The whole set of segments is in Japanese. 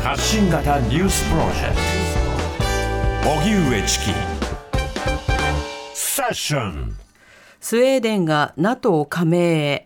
発信型ニュースプロジェクト荻上チキセッション。 スウェーデンが NATO 加盟へ。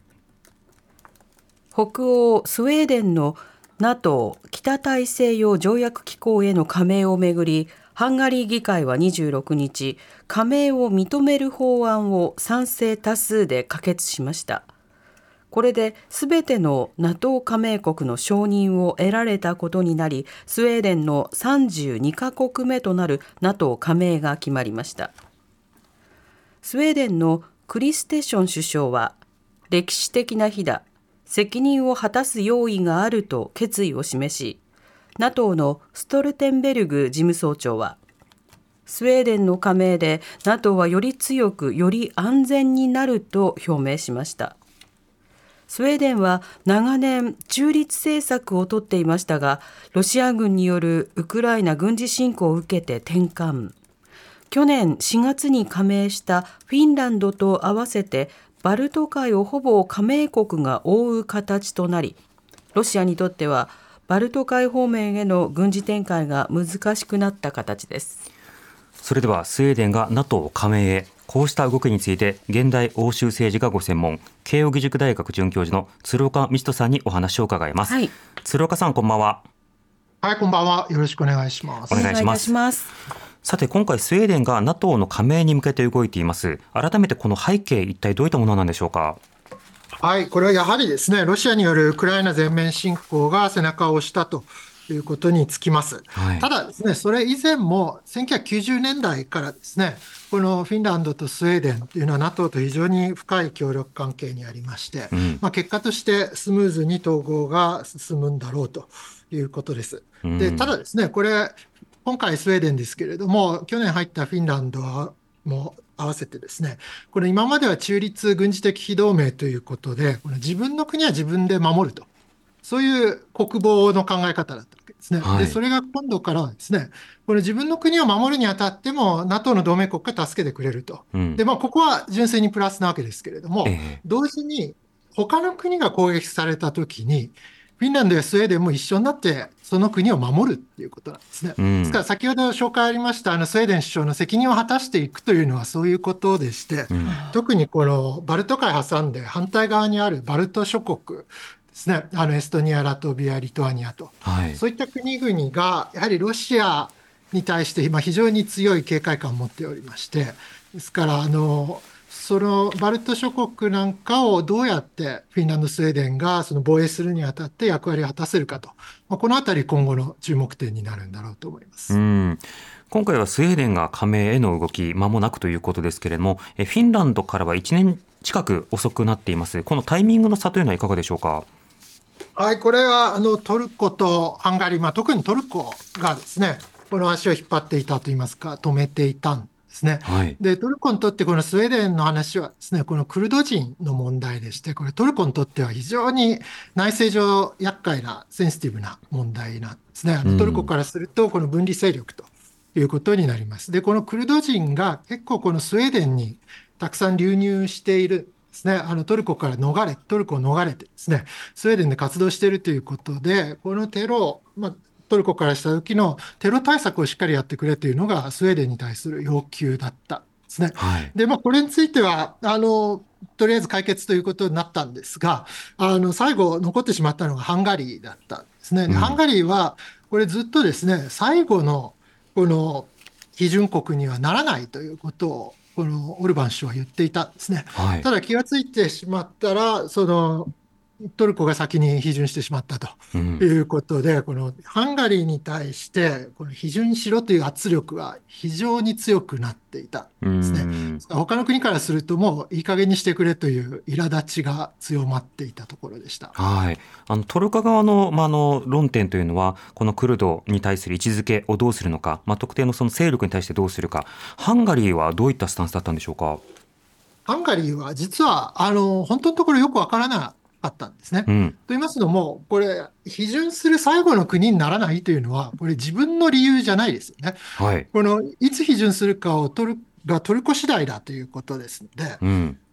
北欧スウェーデンの NATO 北大西洋条約機構への加盟をめぐり、ハンガリー議会は26日、加盟を認める法案を賛成多数で可決しました。これで全ての NATO 加盟国の承認を得られたことになり、スウェーデンの32カ国目となる NATO 加盟が決まりました。スウェーデンのクリステション首相は、歴史的な日だ、責任を果たす用意があると決意を示し、NATO のストルテンベルグ事務総長は、スウェーデンの加盟で NATO はより強く、より安全になると表明しました。スウェーデンは長年中立政策をとっていましたが、ロシア軍によるウクライナ軍事侵攻を受けて転換。去年4月に加盟したフィンランドと合わせてバルト海をほぼ加盟国が覆う形となり、ロシアにとってはバルト海方面への軍事展開が難しくなった形です。 それではスウェーデンが NATO 加盟へ、こうした動きについて現代欧州政治がご専門、慶應義塾大学准教授の鶴岡路人さんにお話を伺います。はい、鶴岡さん、こんばんは。 はい、こんばんは。よろしくお願いします。 お願いします。さて、今回スウェーデンが NATO の加盟に向けて動いています。改めてこの背景、一体どういったものなんでしょうか。 はい、これはやはりですね、ロシアによるウクライナ全面侵攻が背中を押したということにつきます。はい、ただですね、それ以前も1990年代からですね、このフィンランドとスウェーデンというのは NATO と非常に深い協力関係にありまして、結果としてスムーズに統合が進むんだろうということです。で、ただですね、これ今回スウェーデンですけれども、去年入ったフィンランドも合わせてですね、これ今までは中立軍事的非同盟ということで、この自分の国は自分で守ると、そういう国防の考え方だったわけですね。はい、でそれが今度からはですね、これ自分の国を守るにあたっても NATO の同盟国が助けてくれると。で、ここは純粋にプラスなわけですけれども、同時に他の国が攻撃されたときに、フィンランドやスウェーデンも一緒になってその国を守るっていうことなんですね。ですから先ほど紹介ありましたスウェーデン首相の責任を果たしていくというのはそういうことでして、特にこのバルト海挟んで反対側にあるバルト諸国ですね、エストニア、ラトビア、リトアニアと、そういった国々がやはりロシアに対して今非常に強い警戒感を持っておりまして、ですからそのバルト諸国なんかをどうやってフィンランド、スウェーデンがその防衛するにあたって役割を果たせるかと、このあたり今後の注目点になるんだろうと思います。 今回はスウェーデンが加盟への動き間もなくということですけれども、フィンランドからは1年近く遅くなっています。このタイミングの差というのはいかがでしょうか。 はい、これはトルコとハンガリー、特にトルコがですね、この足を引っ張っていたといいますか、止めていたんですね。はい、でトルコにとってこのスウェーデンの話はですね、このクルド人の問題でして、これトルコにとっては非常に内政上厄介なセンシティブな問題なんですね。トルコからするとこの分離勢力ということになります。でこのクルド人が結構このスウェーデンにたくさん流入しているですね、トルコからトルコを逃れてですね、スウェーデンで活動しているということで、このテロ、トルコからした時のテロ対策をしっかりやってくれというのがスウェーデンに対する要求だったんですね。はい、で、これについてはとりあえず解決ということになったんですが、最後残ってしまったのがハンガリーだったんですね。ハンガリーはこれずっとですね、最後のこの批准国にはならないということをこのオルバン首相は言っていたんですね。はい、ただ気がついてしまったらトルコが先に批准してしまったということで、このハンガリーに対してこの批准しろという圧力が非常に強くなっていたんですね。他の国からするともういい加減にしてくれという苛立ちが強まっていたところでした。 はい、トルコ側の、論点というのは、このクルドに対する位置づけをどうするのか、特定のその勢力に対してどうするか、ハンガリーはどういったスタンスだったんでしょうか。 ハンガリーは実は本当のところよくわからないあったんですね。と言いますのも、これ、批准する最後の国にならないというのは、これ、自分の理由じゃないですよね。はい、いつ批准するかをトルコ次第だということですので、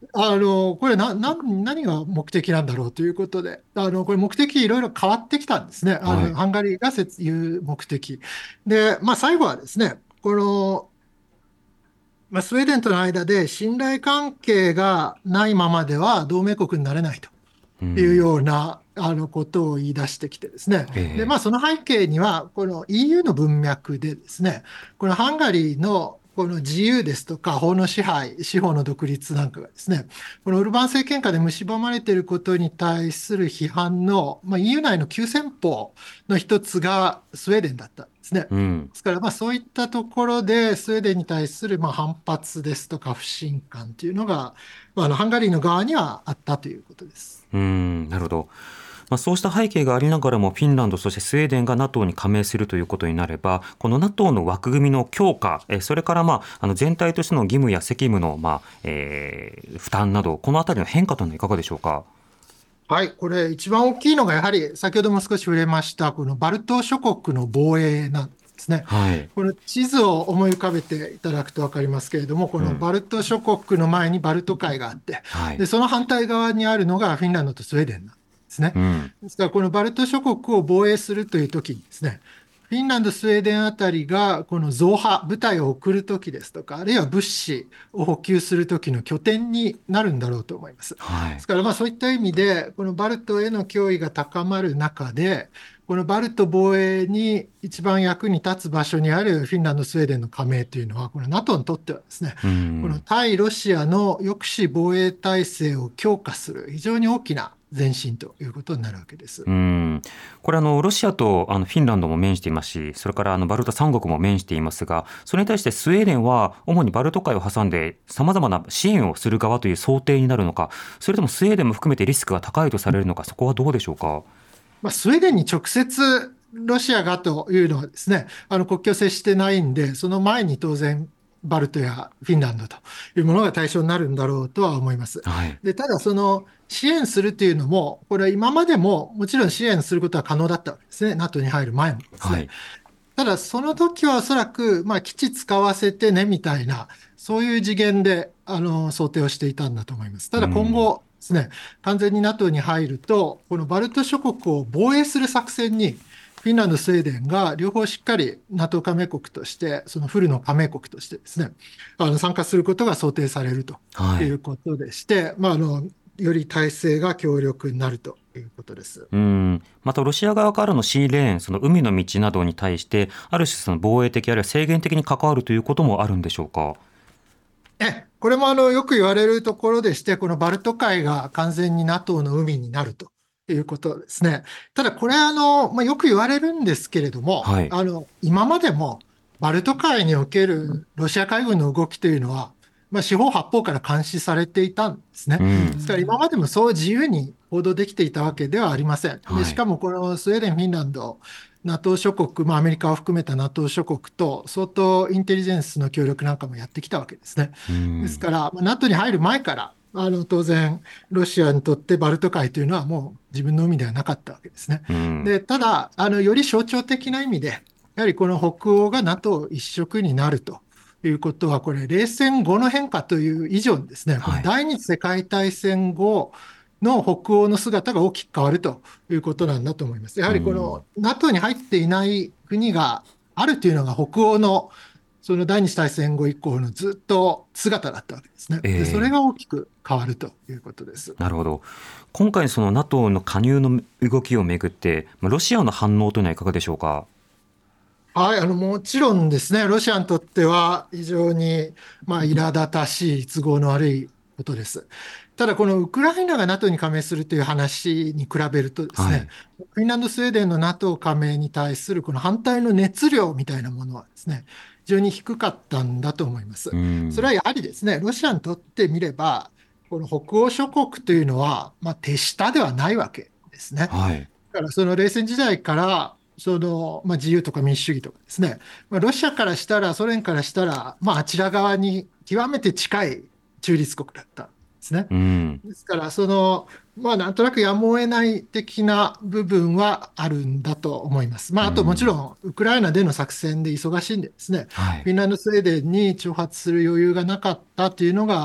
これ何が目的なんだろうということで、これ目的いろいろ変わってきたんですね。 はい。 ハンガリーが言う目的。で、最後はですね、スウェーデンとの間で信頼関係がないままでは同盟国になれないといううん。 ようなことを言い出してきてですね。で、 ええ。 その背景には、この EU の文脈でですね、このハンガリーのこの自由ですとか、法の支配、司法の独立なんかがですね、このオルバン政権下で蝕まれていることに対する批判の、EU 内の急先鋒の一つがスウェーデンだったんですね。でうん。 すから、そういったところで、スウェーデンに対する反発ですとか、不信感というのが、ハンガリーの側にはあったということです。 なるほど。そうした背景がありながらも、フィンランド、そしてスウェーデンが NATO に加盟するということになれば、この NATO の枠組みの強化、それから全体としての義務や責務の負担など、このあたりの変化というのはいかがでしょうか。 はい、これ、一番大きいのが、やはり先ほども少し触れました、このバルト諸国の防衛なんですね。 はい。 この地図を思い浮かべていただくと分かりますけれども、こうん。 のバルト諸国の前にバルト海があって、 はい。 でその反対側にあるのがフィンランドとスウェーデンなんですね。 うん。 ですから、このバルト諸国を防衛するというときにですね、フィンランド、スウェーデンあたりがこの増派、部隊を送るときですとか、あるいは物資を補給するときの拠点になるんだろうと思います。ではい。 すから、そういった意味で、このバルトへの脅威が高まる中で、このバルト防衛に一番役に立つ場所にあるフィンランド、スウェーデンの加盟というのは、この NATO にとってはですね、 うこのん。 対ロシアの抑止防衛体制を強化する非常に大きな前進ということになるわけです。 これロシアとフィンランドも面していますし、それからバルト三国も面していますが、それに対してスウェーデンは主にバルト海を挟んでさまざまな支援をする側という想定になるのか、それともスウェーデンも含めてリスクが高いとされるのか、そこはどうでしょうか。 スウェーデンに直接ロシアがというのはですね、国境を接してないんで、その前に当然、バルトやフィンランドというものが対象になるんだろうとは思います。 はい。 で、ただ、その支援するというのも、これは今までももちろん支援することは可能だったわけですね、NATO に入る前もですね。 はい。 ただ、その時はおそらく、基地使わせてねみたいな、そういう次元で想定をしていたんだと思います。ただ、今後ですね、完全に NATO に入ると、このバルト諸国を防衛する作戦に、フィンランド、スウェーデンが両方しっかり NATO 加盟国として、そのフルの加盟国としてですね、参加することが想定されるとはい。 いうことでして、より体制が強力になるということです。 またロシア側からのシーレーン、その海の道などに対してある種その防衛的あるいは制限的に関わるということもあるんでしょうか。 これもよく言われるところでして、このバルト海が完全に NATO の海になるということですね。ただ、これよく言われるんですけれども、 はい。 今までもバルト海におけるロシア海軍の動きというのは、四方八方から監視されていたんですね。 うん。 ですから今までもそう自由に報道できていたわけではありません。で、 はい。 しかもこのスウェーデン、フィンランド、NATO 諸国、アメリカを含めた NATO 諸国と相当インテリジェンスの協力なんかもやってきたわけですね。 うん。 ですから、NATO に入る前から、当然、ロシアにとってバルト海というのはもう自分の海ではなかったわけですね。 うん。 で、ただ、より象徴的な意味で、やはりこの北欧が NATO 一色になるということは、これ、冷戦後の変化という以上にですね、このはい。 第二次世界大戦後の北欧の姿が大きく変わるということなんだと思います。やうはりこのん。 NATO に入っていない国があるというのが北欧のその第二次大戦後以降のずっと姿だったわけですね。で、それええ。 が大きく変わるということです。 なるほど。今回その NATO の加入の動きをめぐってロシアの反応というのはいかがでしょうか。 はい、もちろんですね、ロシアにとっては非常に、苛立たしい、都合の悪いことです。ただ、このウクライナが NATO に加盟するという話に比べるとですね、 はい。 フィンランド、スウェーデンの NATO 加盟に対するこの反対の熱量みたいなものはですね、非常に低かったんだと思いまうす。それはん。 やはりですね、ロシアにとってみれば、この北欧諸国というのは、手下ではないわけですね。 はい。 だからその冷戦時代から自由とか民主主義とかですね、ロシアからしたら、ソ連からしたら、あちら側に極めて近い中立国だったんですね。 うん。 ですから、なんとなくやむを得ない的な部分はあるんだと思います。あともちうん。 ろん、ウクライナでの作戦で忙しいんでですね、 はい。 フィンランド、スウェーデンに挑発する余裕がなかったというのが、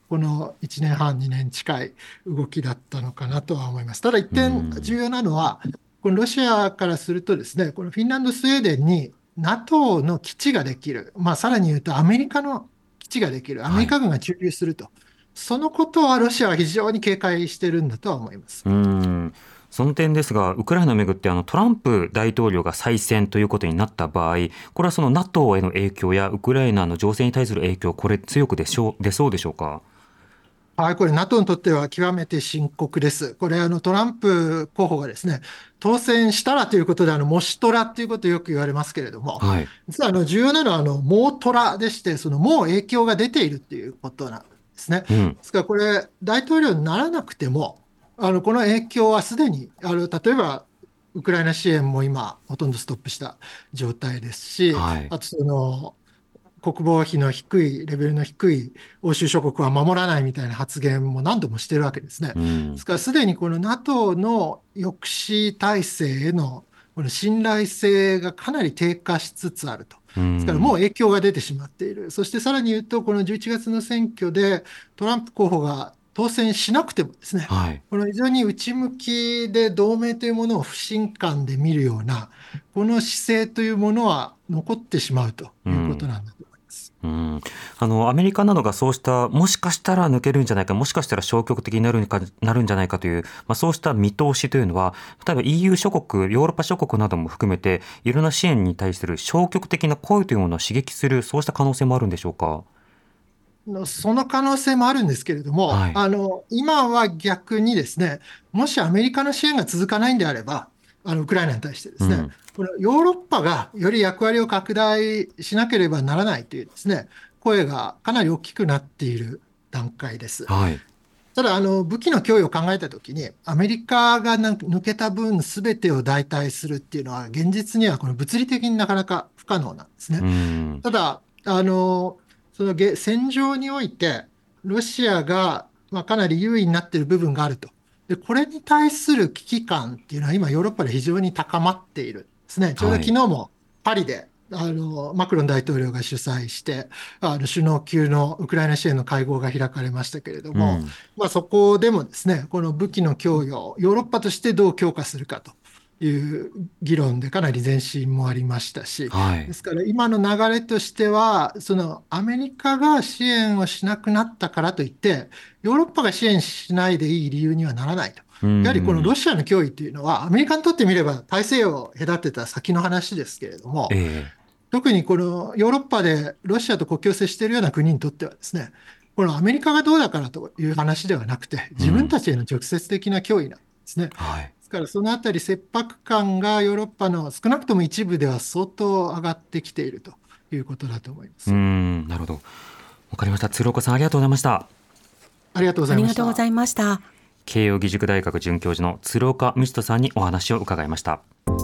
この1年半、2年近い動きだったのかなとは思います。ただ一点重要なのは、このロシアからするとですね、このフィンランド、スウェーデンに NATO の基地ができる、さらに言うとアメリカの基地ができる、アメリカ軍が駐留すると、そのことはロシアは非常に警戒してるんだとは思います。 その点ですが、ウクライナをめぐってトランプ大統領が再選ということになった場合、これはその NATO への影響やウクライナの情勢に対する影響、これ強く出そうでしょうか。 はい、これ NATO にとっては極めて深刻です。これトランプ候補がですね、当選したらということでもしトラということをよく言われますけれども、はい、実は重要なのはもうトラでして、もう影響が出ているということなんですね。ですからこれ大統領にならなくてもこの影響はすでに例えばウクライナ支援も今ほとんどストップした状態ですし、はい、あと国防費の低いレベルの低い欧州諸国は守らないみたいな発言も何度もしてるわけですね。ですからすでにこの NATO の抑止体制へのこの信頼性がかなり低下しつつあると。ですからもう影響が出てしまっている。そしてさらに言うと、この11月の選挙でトランプ候補が当選しなくてもですね、はい、この非常に内向きで同盟というものを不信感で見るような、この姿勢というものは残ってしまうということなんだと思います。 アメリカなどがそうしたもしかしたら抜けるんじゃないか、もしかしたら消極的になるんじゃないかという、そうした見通しというのは、例えば EU 諸国、ヨーロッパ諸国なども含めていろんな支援に対する消極的な声というものを刺激する、そうした可能性もあるんでしょうか。 その可能性もあるんですけれども、はい、今は逆にですね、もしアメリカの支援が続かないんであれば、ウクライナに対してですね、これヨーロッパがより役割を拡大しなければならないというですね、声がかなり大きくなっている段階です。はい、ただ武器の供与を考えたときに、アメリカが抜けた分すべてを代替するっていうのは、現実にはこの物理的になかなか不可能なんですね。ただその戦場において、ロシアがかなり優位になっている部分があると。で、これに対する危機感っていうのは、今、ヨーロッパで非常に高まっているんですね。ちょうど昨日もパリで、マクロン大統領が主催して、首脳級のウクライナ支援の会合が開かれましたけれども、そこでもですね、この武器の供与をヨーロッパとしてどう強化するかという議論でかなり前進もありましたし、はい、ですから今の流れとしては、アメリカが支援をしなくなったからといって、ヨーロッパが支援しないでいい理由にはならないと。やはりこのロシアの脅威というのは、アメリカにとってみれば大西洋を隔てた先の話ですけれども、特にこのヨーロッパでロシアと国境を接しているような国にとってはですね、このアメリカがどうだからという話ではなくて、自分たちへの直接的な脅威なんですね。はい、ですからそのあたり切迫感がヨーロッパの少なくとも一部では相当上がってきているということだと思います。 なるほど。わかりました。鶴岡さん、ありがとうございました。 ありがとうございました。 ありがとうございました。 慶應義塾大学准教授の鶴岡道人さんにお話を伺いました。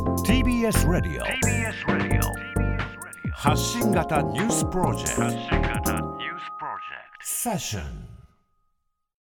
TBS ラディオ発信型ニュースプロジェクトセッション